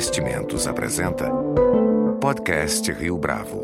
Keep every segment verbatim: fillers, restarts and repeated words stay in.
Investimentos apresenta Podcast Rio Bravo.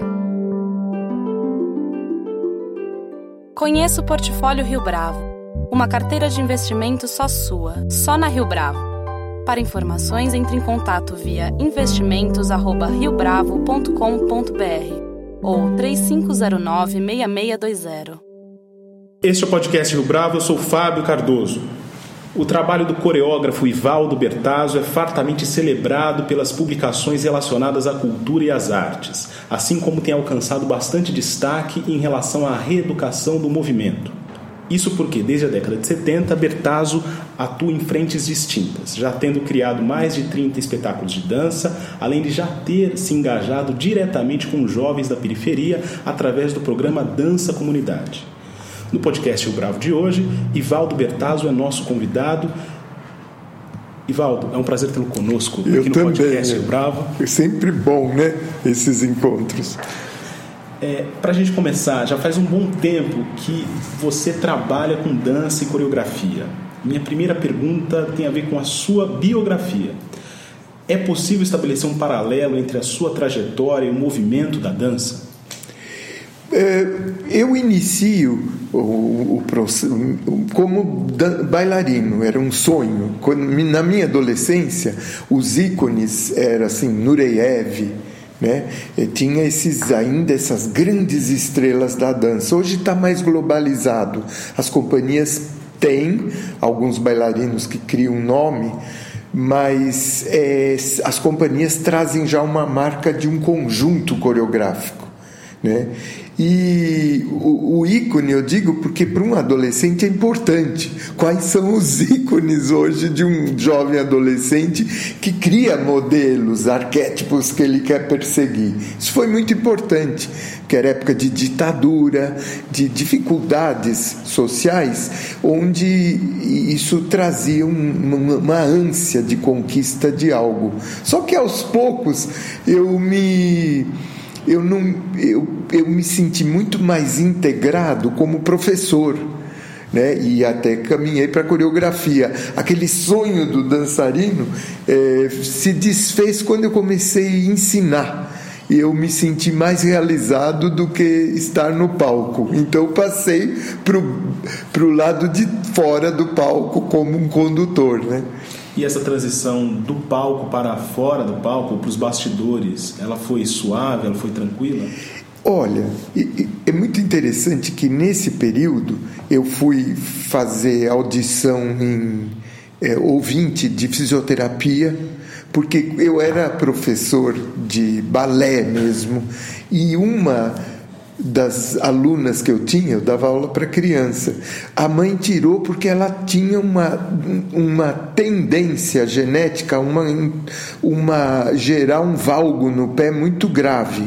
Conheça o Portfólio Rio Bravo, uma carteira de investimentos só sua, só na Rio Bravo. Para informações, entre em contato via investimentos arroba rio bravo ponto com ponto b r ou três cinco zero nove, seis seis dois zero. Este é o Podcast Rio Bravo, eu sou Fábio Cardoso. O trabalho do coreógrafo Ivaldo Bertazzo é fartamente celebrado pelas publicações relacionadas à cultura e às artes, assim como tem alcançado bastante destaque em relação à reeducação do movimento. Isso porque, desde a década de setenta, Bertazzo atua em frentes distintas, já tendo criado mais de trinta espetáculos de dança, além de já ter se engajado diretamente com jovens da periferia através do programa Dança Comunidade. No podcast Rio Bravo de hoje, Ivaldo Bertazzo é nosso convidado. Ivaldo, é um prazer tê-lo conosco Eu aqui no também. podcast Rio Bravo. É sempre bom, né, esses encontros. É, Para a gente começar, já faz um bom tempo que você trabalha com dança e coreografia. Minha primeira pergunta tem a ver com a sua biografia. É possível estabelecer um paralelo entre a sua trajetória e o movimento da dança? Eu inicio o, o, o, como bailarino, era um sonho. Quando, na minha adolescência, os ícones eram assim, Nureyev, né? E tinha esses, ainda essas grandes estrelas da dança. Hoje está mais globalizado. As companhias têm alguns bailarinos que criam um nome, mas é, as companhias trazem já uma marca de um conjunto coreográfico, né? E o, o ícone, eu digo porque para um adolescente é importante. Quais são os ícones hoje de um jovem adolescente que cria modelos, arquétipos que ele quer perseguir? Isso foi muito importante, que era época de ditadura, de dificuldades sociais, onde isso trazia uma, uma ânsia de conquista de algo. Só que aos poucos eu me... Eu, não, eu, eu me senti muito mais integrado como professor, né? E até caminhei para a coreografia. Aquele sonho do dançarino é, se desfez quando eu comecei a ensinar. E eu me senti mais realizado do que estar no palco. Então eu passei para o lado de fora do palco como um condutor, né? E essa transição do palco para fora do palco, para os bastidores, ela foi suave, ela foi tranquila? Olha, é muito interessante que nesse período eu fui fazer audição em é, ouvinte de fisioterapia, porque eu era professor de balé mesmo, e uma das alunas que eu tinha, eu dava aula para criança, a mãe tirou porque ela tinha uma, uma tendência genética, uma, uma gerar um valgo no pé muito grave.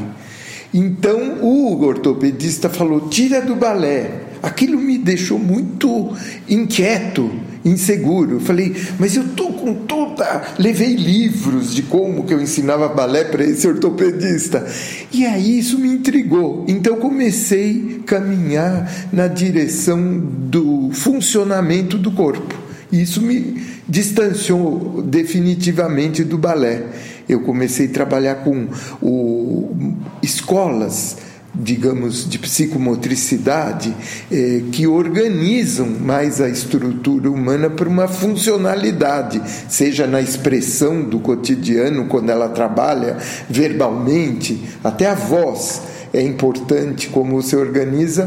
Então o ortopedista falou, tira do balé. Aquilo me deixou muito inquieto, inseguro. Eu falei, mas eu estou com toda... Levei livros de como que eu ensinava balé para esse ortopedista. E aí isso me intrigou. Então eu comecei a caminhar na direção do funcionamento do corpo. Isso me distanciou definitivamente do balé. Eu comecei a trabalhar com o, escolas, digamos, de psicomotricidade, eh, que organizam mais a estrutura humana para uma funcionalidade, seja na expressão do cotidiano, quando ela trabalha verbalmente, até a voz é importante, como você organiza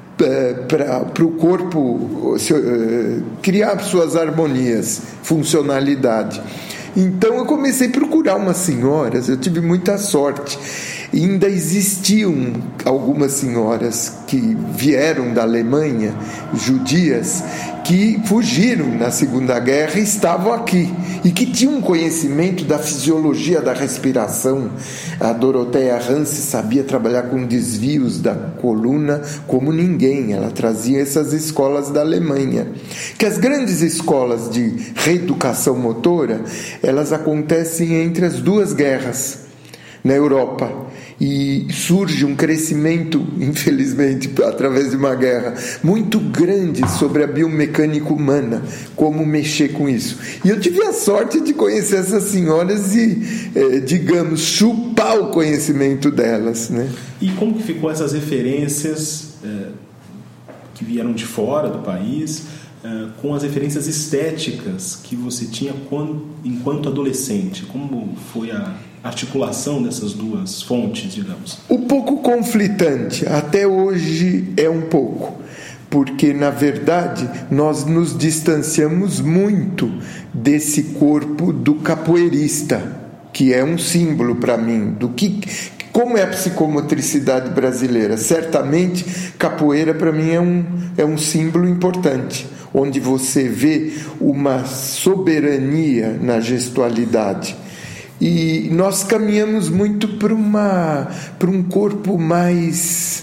para o corpo se, uh, criar suas harmonias, funcionalidade. Então eu comecei a procurar umas senhoras, eu tive muita sorte. E ainda existiam algumas senhoras que vieram da Alemanha, judias, que fugiram na Segunda Guerra e estavam aqui, e que tinham um conhecimento da fisiologia da respiração. A Dorothea Hanse sabia trabalhar com desvios da coluna como ninguém. Ela trazia essas escolas da Alemanha. Que as grandes escolas de reeducação motora, elas acontecem entre as duas guerras na Europa. e surge um crescimento, infelizmente, através de uma guerra, muito grande sobre a biomecânica humana, como mexer com isso. E eu tive a sorte de conhecer essas senhoras e, eh, digamos, chupar o conhecimento delas, né? E como que ficou essas referências eh, que vieram de fora do país, eh, com as referências estéticas que você tinha quando, enquanto adolescente? Como foi a articulação dessas duas fontes, digamos? Um pouco conflitante, até hoje é um pouco, porque na verdade nós nos distanciamos muito desse corpo do capoeirista, que é um símbolo para mim do que, como é a psicomotricidade brasileira. Certamente capoeira para mim é um, é um símbolo importante, onde você vê uma soberania na gestualidade. E nós caminhamos muito para uma, para um corpo mais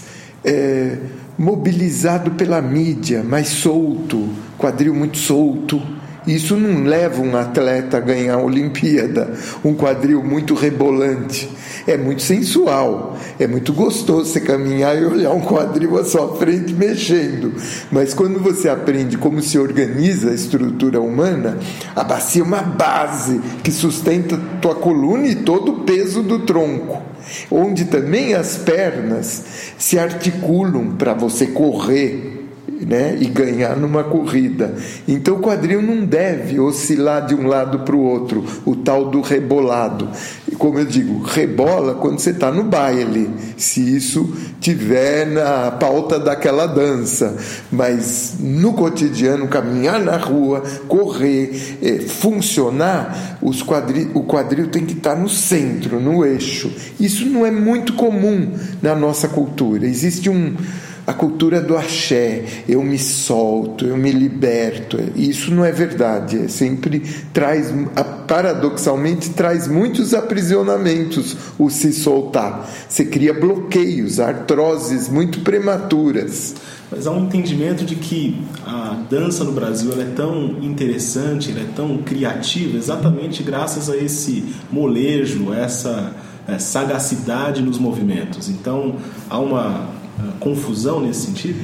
é, mobilizado pela mídia, mais solto, quadril muito solto. Isso não leva um atleta a ganhar a Olimpíada, um quadril muito rebolante. É muito sensual, é muito gostoso você caminhar e olhar um quadril à sua frente mexendo. Mas quando você aprende como se organiza a estrutura humana, a bacia é uma base que sustenta a tua coluna e todo o peso do tronco, onde também as pernas se articulam para você correr, né, e ganhar numa corrida. Então o quadril não deve oscilar de um lado para o outro, o tal do rebolado. E como eu digo, rebola quando você está no baile, se isso tiver na pauta daquela dança, mas no cotidiano, caminhar na rua, correr, é, funcionar, os quadril, o quadril tem que estar no centro, no eixo. Isso não é muito comum na nossa cultura. Existe um a cultura do axé, eu me solto, eu me liberto. Isso não é verdade, é sempre traz, paradoxalmente, traz muitos aprisionamentos o se soltar. Você cria bloqueios, artroses muito prematuras. Mas há um entendimento de que a dança no Brasil ela é tão interessante, ela é tão criativa, exatamente graças a esse molejo, a essa é, sagacidade nos movimentos. Então, há uma confusão nesse sentido?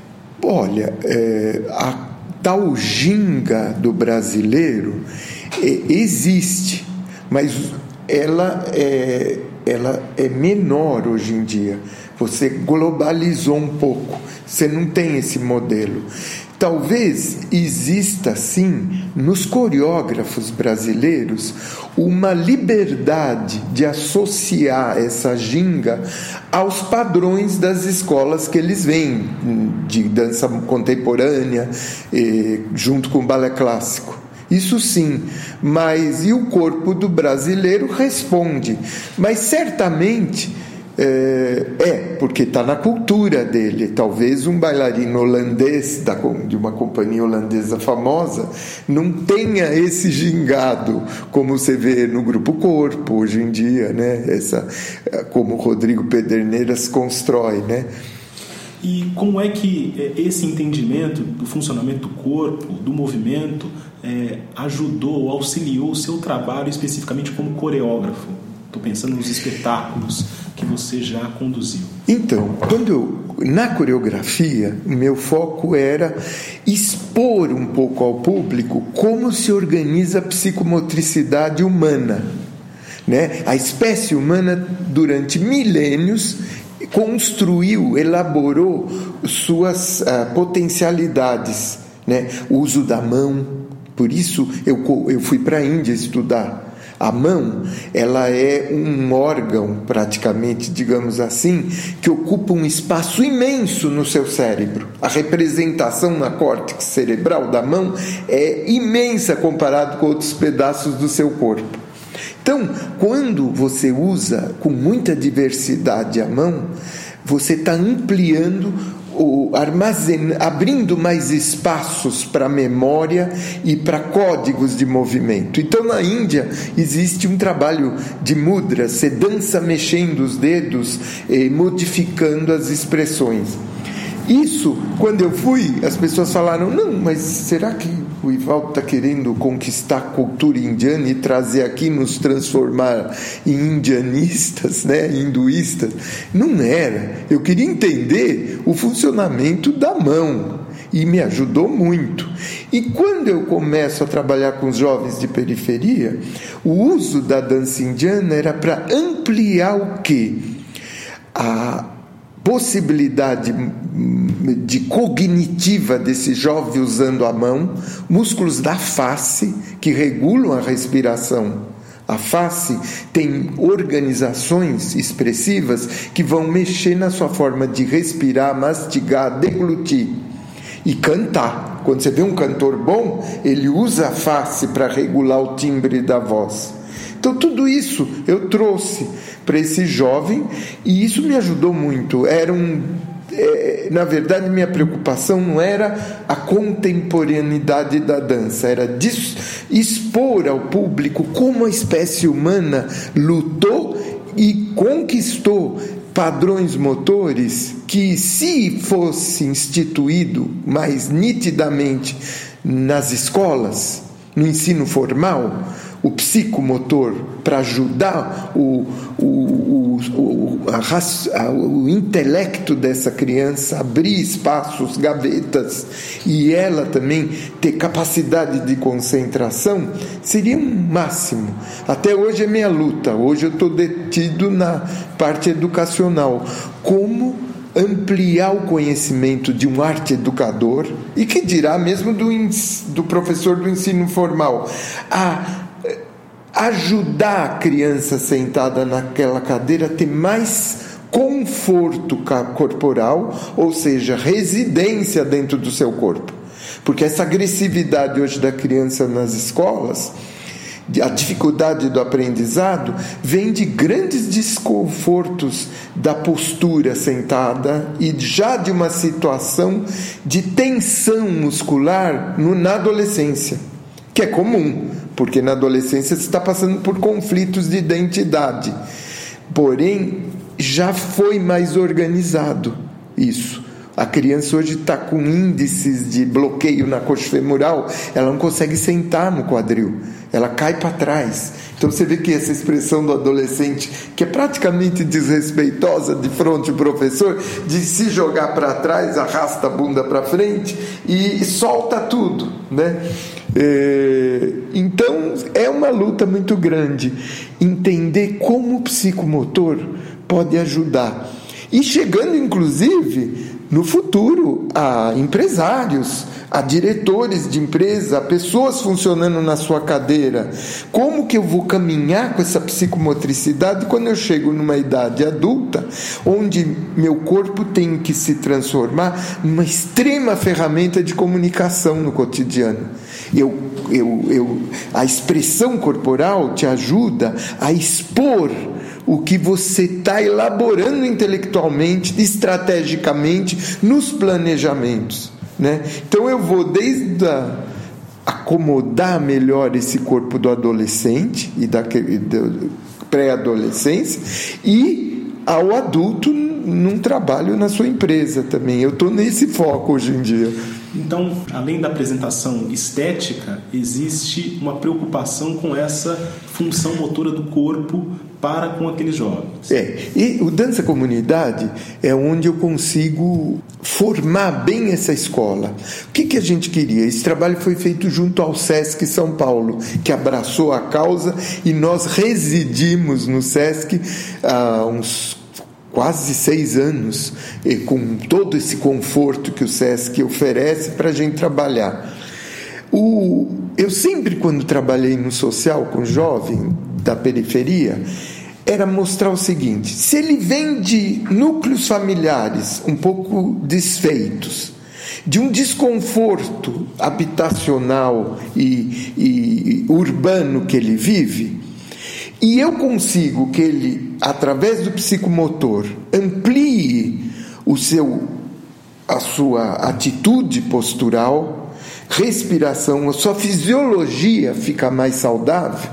Olha, é, a tal ginga do brasileiro é, existe, mas ela é, ela é menor hoje em dia. Você globalizou um pouco, você não tem esse modelo. Talvez exista, sim, nos coreógrafos brasileiros, uma liberdade de associar essa ginga aos padrões das escolas que eles vêm, de dança contemporânea, eh, junto com o balé clássico. Isso sim, mas e o corpo do brasileiro responde. Mas certamente É, é porque está na cultura dele. Talvez um bailarino holandês da, de uma companhia holandesa famosa não tenha esse gingado como você vê no Grupo Corpo hoje em dia, né? Essa, como o Rodrigo Pederneiras constrói, né? E como é que esse entendimento do funcionamento do corpo, do movimento, é, ajudou, auxiliou o seu trabalho especificamente como coreógrafo? Estou pensando nos espetáculos que você já conduziu. Então, quando eu, na coreografia, o meu foco era expor um pouco ao público como se organiza a psicomotricidade humana, né? A espécie humana, durante milênios, construiu, elaborou suas uh, potencialidades, né? O uso da mão. Por isso eu, eu fui para a Índia estudar. A mão, ela é um órgão, praticamente, digamos assim, que ocupa um espaço imenso no seu cérebro. A representação na córtex cerebral da mão é imensa comparado com outros pedaços do seu corpo. Então, quando você usa com muita diversidade a mão, você está ampliando o armazen... abrindo mais espaços para memória e para códigos de movimento. Então, na Índia existe um trabalho de mudra, você dança mexendo os dedos e modificando as expressões. Isso, quando eu fui, as pessoas falaram, não, mas será que o Ivaldo está querendo conquistar a cultura indiana e trazer aqui, nos transformar em indianistas, né, hinduístas. Não era. Eu queria entender o funcionamento da mão, e me ajudou muito. E quando eu começo a trabalhar com os jovens de periferia, o uso da dança indiana era para ampliar o quê? A possibilidade de cognitiva desse jovem usando a mão, músculos da face que regulam a respiração. A face tem organizações expressivas que vão mexer na sua forma de respirar, mastigar, deglutir e cantar. Quando você vê um cantor bom, ele usa a face para regular o timbre da voz. Então tudo isso eu trouxe para esse jovem e isso me ajudou muito. Era um, é, na verdade, minha preocupação não era a contemporaneidade da dança, era dis, expor ao público como a espécie humana lutou e conquistou padrões motores que, se fosse instituído mais nitidamente nas escolas, no ensino formal, o psicomotor, para ajudar o, o, o, o, a, o intelecto dessa criança, abrir espaços, gavetas, e ela também ter capacidade de concentração, seria um máximo. Até hoje é minha luta. Hoje eu estou detido na parte educacional. Como ampliar o conhecimento de um arte educador, e que dirá mesmo do, do professor do ensino formal, a ajudar a criança sentada naquela cadeira a ter mais conforto corporal, ou seja, residência dentro do seu corpo. Porque essa agressividade hoje da criança nas escolas, a dificuldade do aprendizado, vem de grandes desconfortos da postura sentada e já de uma situação de tensão muscular no, na adolescência, que é comum, porque na adolescência você está passando por conflitos de identidade. Porém, já foi mais organizado isso. A criança hoje está com índices de bloqueio na coxa femoral, ela não consegue sentar no quadril, ela cai para trás. Então você vê que essa expressão do adolescente, que é praticamente desrespeitosa de frente ao professor, de se jogar para trás, arrasta a bunda para frente e solta tudo, né? É, então é uma luta muito grande entender como o psicomotor pode ajudar, e chegando inclusive no futuro a empresários, a diretores de empresa, a pessoas funcionando na sua cadeira. Como que eu vou caminhar com essa psicomotricidade quando eu chego numa idade adulta, onde meu corpo tem que se transformar numa extrema ferramenta de comunicação no cotidiano? Eu, eu, eu, a expressão corporal te ajuda a expor o que você está elaborando intelectualmente, estrategicamente, nos planejamentos, né? Então eu vou desde a, acomodar melhor esse corpo do adolescente e da, da pré-adolescência, e ao adulto num trabalho na sua empresa também. Eu estou nesse foco hoje em dia. Então, além da apresentação estética, existe uma preocupação com essa função motora do corpo para com aqueles jovens. É, e o Dança Comunidade é onde eu consigo formar bem essa escola. O que, que a gente queria? Esse trabalho foi feito junto ao SESC São Paulo, que abraçou a causa, e nós residimos no SESC há uns quase seis anos, e com todo esse conforto que o SESC oferece para a gente trabalhar. O, eu sempre, quando trabalhei no social com jovem da periferia, era mostrar o seguinte: se ele vem de núcleos familiares um pouco desfeitos, de um desconforto habitacional e, e urbano que ele vive, e eu consigo que ele, através do psicomotor, amplie o seu, a sua atitude postural, respiração, a sua fisiologia fica mais saudável.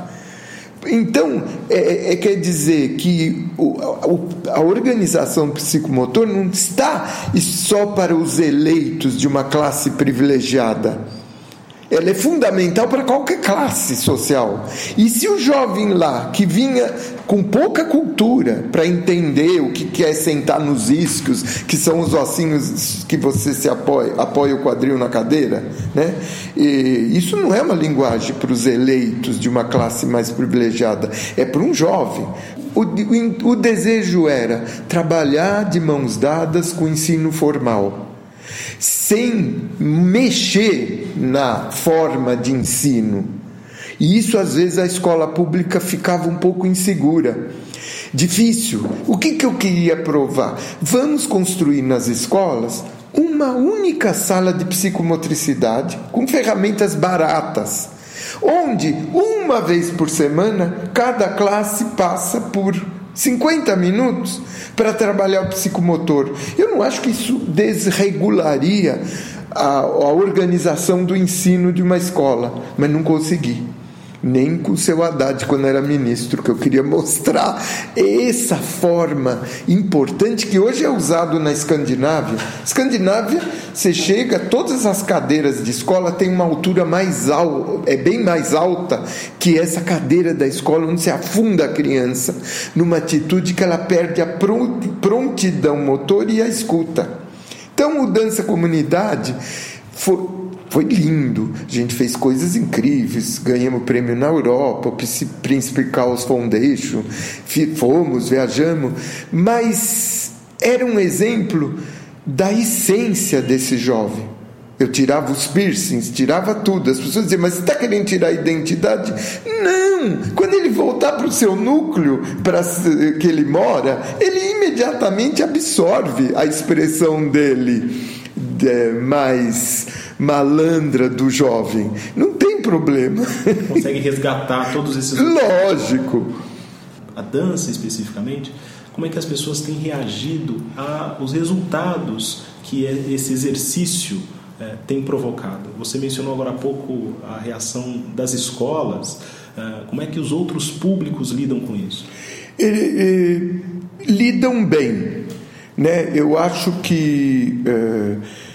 Então, é, é, quer dizer que o, a, a organização psicomotor não está só para os eleitos de uma classe privilegiada. ela é fundamental para qualquer classe social. E se o jovem lá, que vinha com pouca cultura para entender o que é sentar nos isquios, que são os ossinhos que você se apoia, apoia o quadril na cadeira, né? E isso não é uma linguagem para os eleitos de uma classe mais privilegiada, é para um jovem. O, o, o desejo era trabalhar de mãos dadas com o ensino formal, sem mexer na forma de ensino. E isso, às vezes, a escola pública ficava um pouco insegura. Difícil. O que, que eu queria provar? Vamos construir nas escolas uma única sala de psicomotricidade com ferramentas baratas, onde, uma vez por semana, cada classe passa por cinquenta minutos para trabalhar o psicomotor. Eu não acho que isso desregularia a, a organização do ensino de uma escola, mas não consegui. Nem com o seu Haddad, quando era ministro, que eu queria mostrar essa forma importante que hoje é usado na Escandinávia. Escandinávia, você chega, todas as cadeiras de escola têm uma altura mais alta, é bem mais alta que essa cadeira da escola, onde se afunda a criança numa atitude que ela perde a prontidão motor e a escuta. Então, mudança comunidade foi... Foi lindo, a gente fez coisas incríveis, ganhamos prêmio na Europa, o Príncipe Carlos Foundation, fomos, viajamos, mas era um exemplo da essência desse jovem. Eu tirava os piercings, tirava tudo, as pessoas diziam, mas você está querendo tirar a identidade? Não! Quando ele voltar para o seu núcleo, para que ele mora, ele imediatamente absorve a expressão dele é, mais... malandra do jovem, não tem problema. Consegue resgatar todos esses... Lógico. A dança especificamente, como é que as pessoas têm reagido aos resultados que esse exercício é, tem provocado? Você mencionou agora há pouco a reação das escolas, é, como é que os outros públicos lidam com isso? E, e, lidam bem, né? Eu acho que... É,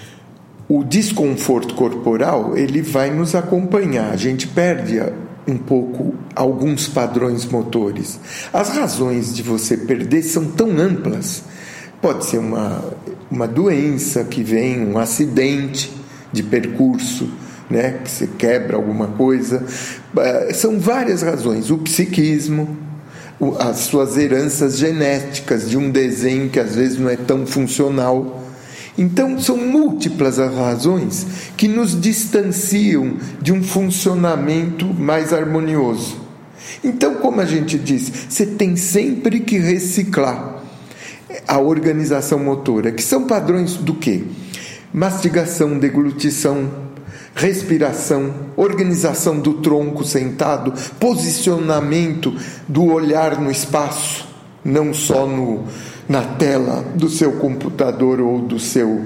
o desconforto corporal, ele vai nos acompanhar. A gente perde um pouco alguns padrões motores. As razões de você perder são tão amplas. Pode ser uma, uma doença que vem, um acidente de percurso, né, que você quebra alguma coisa. São várias razões. O psiquismo, as suas heranças genéticas de um desenho que às vezes não é tão funcional. Então, são múltiplas as razões que nos distanciam de um funcionamento mais harmonioso. Então, como a gente diz, você tem sempre que reciclar a organização motora, que são padrões do quê? Mastigação, deglutição, respiração, organização do tronco sentado, posicionamento do olhar no espaço, não só no... na tela do seu computador ou do seu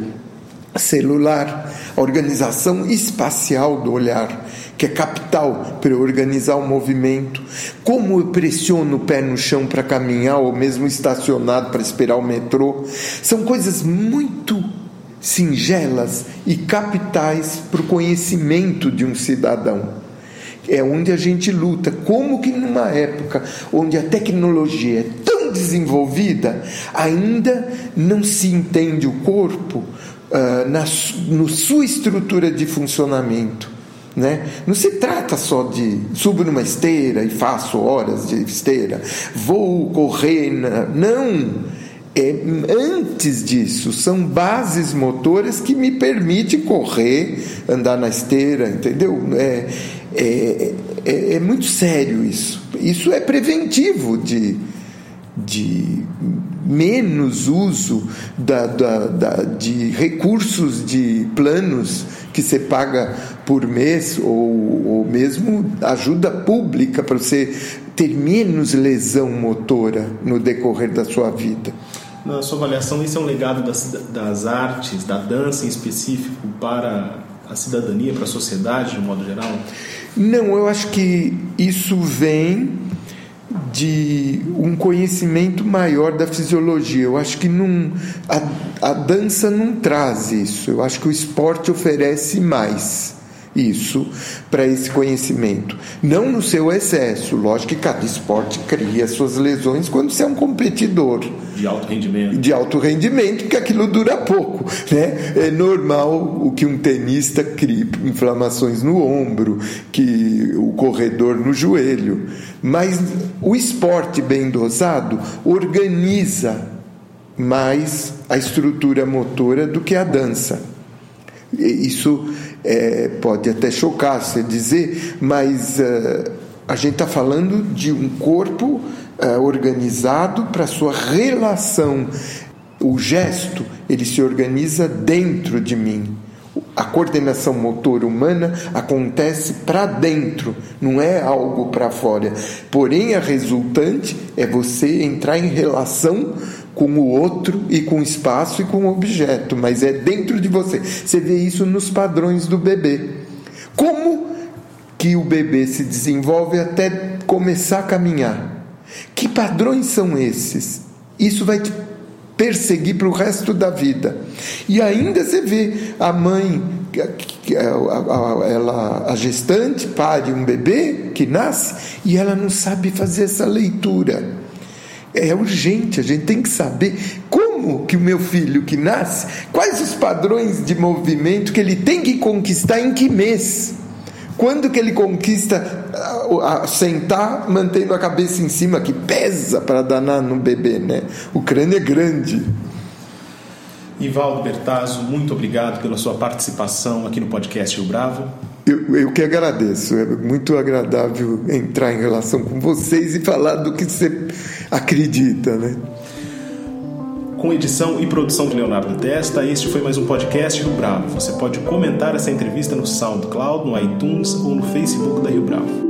celular, a organização espacial do olhar, que é capital para organizar o movimento, como eu pressiono o pé no chão para caminhar ou mesmo estacionado para esperar o metrô, são coisas muito singelas e capitais para o conhecimento de um cidadão. É onde a gente luta. Como que numa época onde a tecnologia é tão desenvolvida, ainda não se entende o corpo uh, na no sua estrutura de funcionamento, né? Não se trata só de subo numa esteira e faço horas de esteira, vou correr na... não, é, antes disso são bases motoras que me permitem correr, andar na esteira, entendeu? É, é, é, é muito sério isso. Isso é preventivo de, de menos uso da, da, da, de recursos, de planos que você paga por mês, ou, ou mesmo ajuda pública para você ter menos lesão motora no decorrer da sua vida. Na sua avaliação, esse é um legado das, das artes, da dança em específico, para a cidadania, para a sociedade de um modo geral? Não, eu acho que isso vem de um conhecimento maior da fisiologia. Eu acho que não, a, a dança não traz isso. Eu acho que o esporte oferece mais. isso para esse conhecimento, não no seu excesso. Lógico que cada esporte cria suas lesões quando você é um competidor de alto rendimento, de alto rendimento, porque aquilo dura pouco, né? É normal o que um tenista cria, inflamações no ombro, que o corredor no joelho, mas o esporte bem dosado organiza mais a estrutura motora do que a dança. Isso é, pode até chocar você dizer, mas uh, a gente está falando de um corpo uh, organizado para sua relação. O gesto, ele se organiza dentro de mim. A coordenação motora humana acontece para dentro, não é algo para fora. Porém, a resultante é você entrar em relação com o outro e com o espaço e com o objeto, mas é dentro de você. Você vê isso nos padrões do bebê. Como que o bebê se desenvolve até começar a caminhar? Que padrões são esses? Isso vai te perseguir para o resto da vida. E ainda você vê a mãe, ela, a gestante pare um bebê que nasce e ela não sabe fazer essa leitura. É urgente, a gente tem que saber como que o meu filho que nasce, quais os padrões de movimento que ele tem que conquistar em que mês. Quando que ele conquista a, a sentar mantendo a cabeça em cima, que pesa para danar no bebê, né? O crânio é grande. Ivaldo Bertazzo, muito obrigado pela sua participação aqui no podcast Rio Bravo. Eu, eu que agradeço, é muito agradável entrar em relação com vocês e falar do que você acredita, né? Com edição e produção de Leonardo Testa, este foi mais um podcast Rio Bravo. Você pode comentar essa entrevista no SoundCloud, no iTunes ou no Facebook da Rio Bravo.